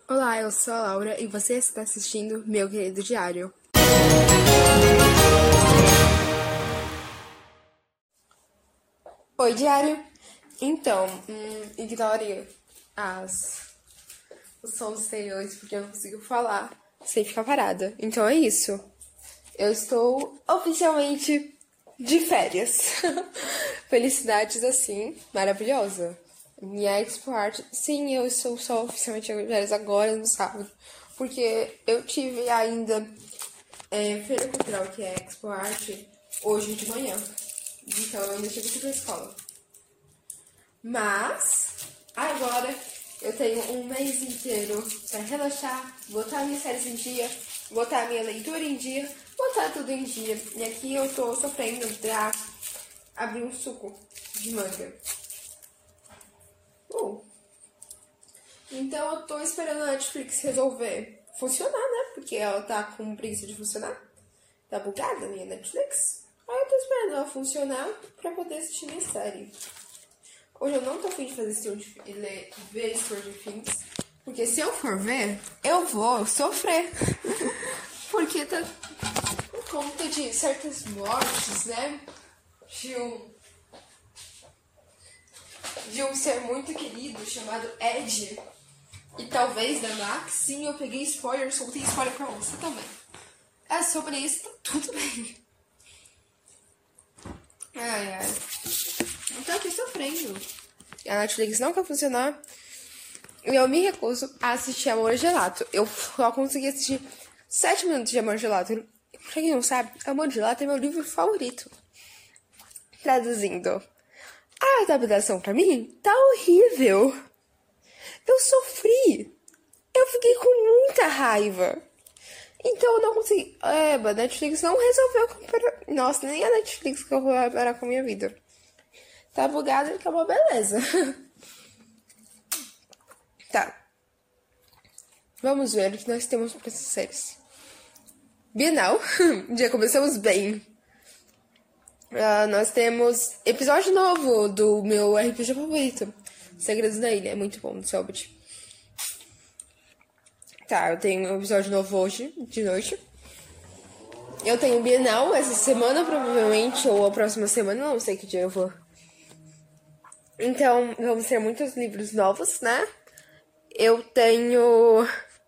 Olá, eu sou a Laura e você está assistindo Meu Querido Diário. Oi, Diário! Então, ignore os sons exteriores porque eu não consigo falar sem ficar parada. Então é isso. Eu estou oficialmente de férias. Felicidades assim, maravilhosa. Minha Expo Art, sim, eu estou só oficialmente de férias agora no sábado. Porque eu tive ainda Feira Cultural, que é Expo Art, hoje de manhã. Então eu ainda tive que ir pra escola. Mas, agora eu tenho um mês inteiro pra relaxar, botar minhas séries em dia, botar minha leitura em dia, botar tudo em dia. E aqui eu tô sofrendo pra abrir um suco de manga. Então eu tô esperando a Netflix resolver funcionar, né? Porque ela tá com preguiça de funcionar. Tá bugada a minha Netflix. Aí eu tô esperando ela funcionar pra poder assistir minha série. Hoje eu não tô afim de fazer ver Stranger Things. Porque se eu for ver, eu vou sofrer. Porque tá por conta de certas mortes, né? De um ser muito querido chamado Ed. E talvez da Max. Sim, eu peguei spoiler, soltei spoiler pra você também. É sobre isso, tá tudo bem. Ai. Eu tô aqui sofrendo. A Netflix não quer funcionar. E eu me recuso a assistir Amor Gelato. Eu só consegui assistir 7 minutos de Amor Gelato. Pra quem não sabe, Amor Gelato é meu livro favorito. Traduzindo, a adaptação pra mim tá horrível. Eu sofri. Eu fiquei com muita raiva. Então eu não consegui. A Netflix não resolveu comparar. Nossa, nem a Netflix que eu vou comparar com a minha vida. Tá bugado e acabou, beleza. Tá. Vamos ver o que nós temos para essas séries. Bienal. Já começamos bem. Nós temos episódio novo do meu RPG favorito. Segredos da Ilha. É muito bom, do Selbit. Tá, eu tenho um episódio novo hoje, de noite. Eu tenho Bienal essa semana, provavelmente, ou a próxima semana, não sei que dia eu vou. Então, vamos ter muitos livros novos, né? Eu tenho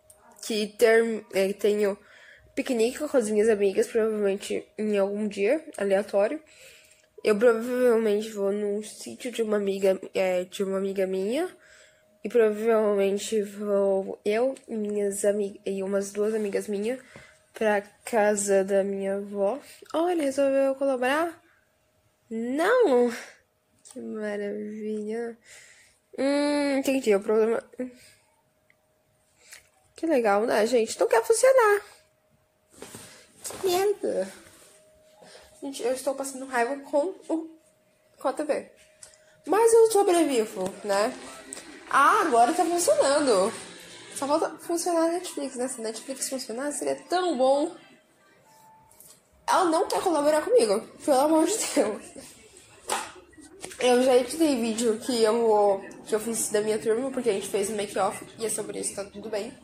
tenho piquenique com as minhas amigas, provavelmente em algum dia aleatório. Eu provavelmente vou num sítio de uma amiga minha. E provavelmente vou eu e minhas amigas e umas 2 amigas minhas pra casa da minha avó. Olha, resolveu colaborar? Não! Que maravilha. Entendi o problema. Que legal, né, gente? Não quer funcionar. Que merda. Gente, eu estou passando raiva com a TV. Mas eu sobrevivo, né? Agora tá funcionando. Só falta funcionar a Netflix, né? Se a Netflix funcionar, seria tão bom. Ela não quer colaborar comigo, pelo amor de Deus. Eu já editei vídeo que eu fiz da minha turma, porque a gente fez um make-off, e é sobre isso, tá tudo bem.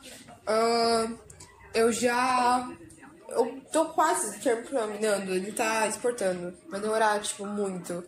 Eu tô quase terminando, ele tá exportando. Vai demorar, muito.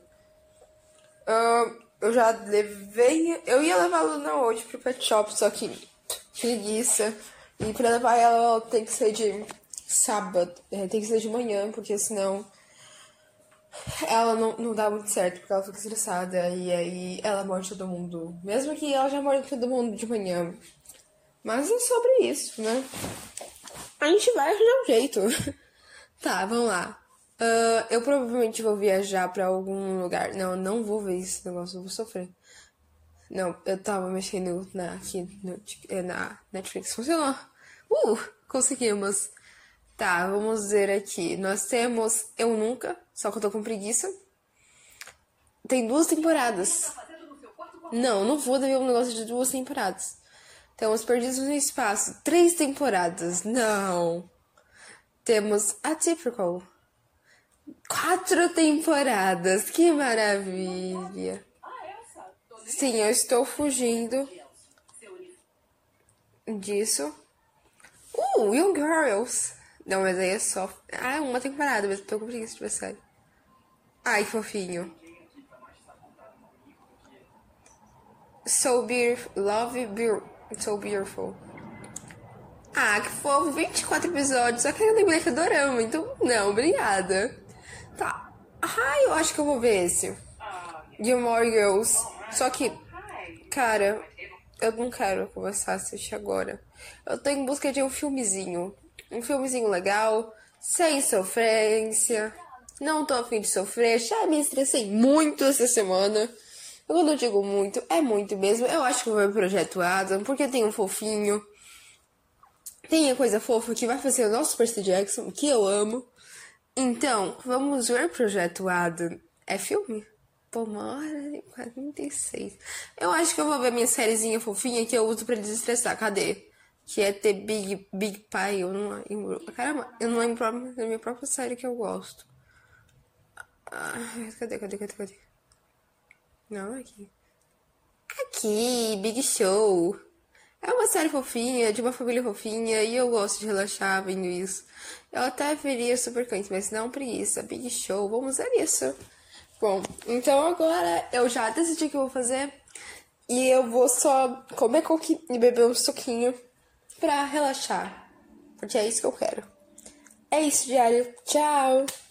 Eu já levei. Eu ia levar a Luna hoje pro pet shop, só que preguiça. E pra levar ela tem que ser de sábado, tem que ser de manhã, porque senão ela não dá muito certo, porque ela fica estressada e aí ela morde todo mundo. Mesmo que ela já morde todo mundo de manhã. Mas é sobre isso, né? A gente vai arranjar um jeito. Tá, vamos lá. Eu provavelmente vou viajar pra algum lugar. Não vou ver esse negócio, eu vou sofrer. Não, eu tava mexendo na Netflix. Funcionou. Conseguimos. Tá, vamos ver aqui. Nós temos Eu Nunca, só que eu tô com preguiça. Tem 2 temporadas. Não vou ver um negócio de 2 temporadas. Temos Perdidos no Espaço, 3 temporadas. Não. Temos Atypical. 4 temporadas. Que maravilha. Sim, eu estou fugindo. disso. Young Girls. Não, mas aí é só... Ah, uma temporada, mas tô com preguiça de ver série. Ai, que fofinho. So Beautiful. So Beautiful. Ah, que fofo. 24 episódios. Só que eu lembrei que é dorama. Então, não, obrigada. Tá. Ah, eu acho que eu vou ver esse. Gilmore Girls. Só que, cara, eu não quero começar a assistir agora. Eu tô em busca de um filmezinho. Um filmezinho legal, sem sofrência. Não tô a fim de sofrer. Já me estressei muito essa semana. Quando eu digo muito, é muito mesmo. Eu acho que eu vou ver Projeto Adam, porque tem um fofinho. Tem a coisa fofa que vai fazer o nosso Percy Jackson, que eu amo. Então, vamos ver Projeto Adam. É filme? Pô, 1h46. Eu acho que eu vou ver minha sériezinha fofinha que eu uso pra desestressar. Cadê? Que é The Big Pie. Eu não lembro. Caramba, eu não lembro da minha própria série que eu gosto. Cadê? Não, aqui. Aqui, Big Show. É uma série fofinha, de uma família fofinha, e eu gosto de relaxar vendo isso. Eu até veria Super Quente, mas não preguiça. Big Show, vamos ver isso. Bom, então agora eu já decidi o que eu vou fazer. E eu vou só comer cookie e beber um suquinho pra relaxar. Porque é isso que eu quero. É isso, diário. Tchau!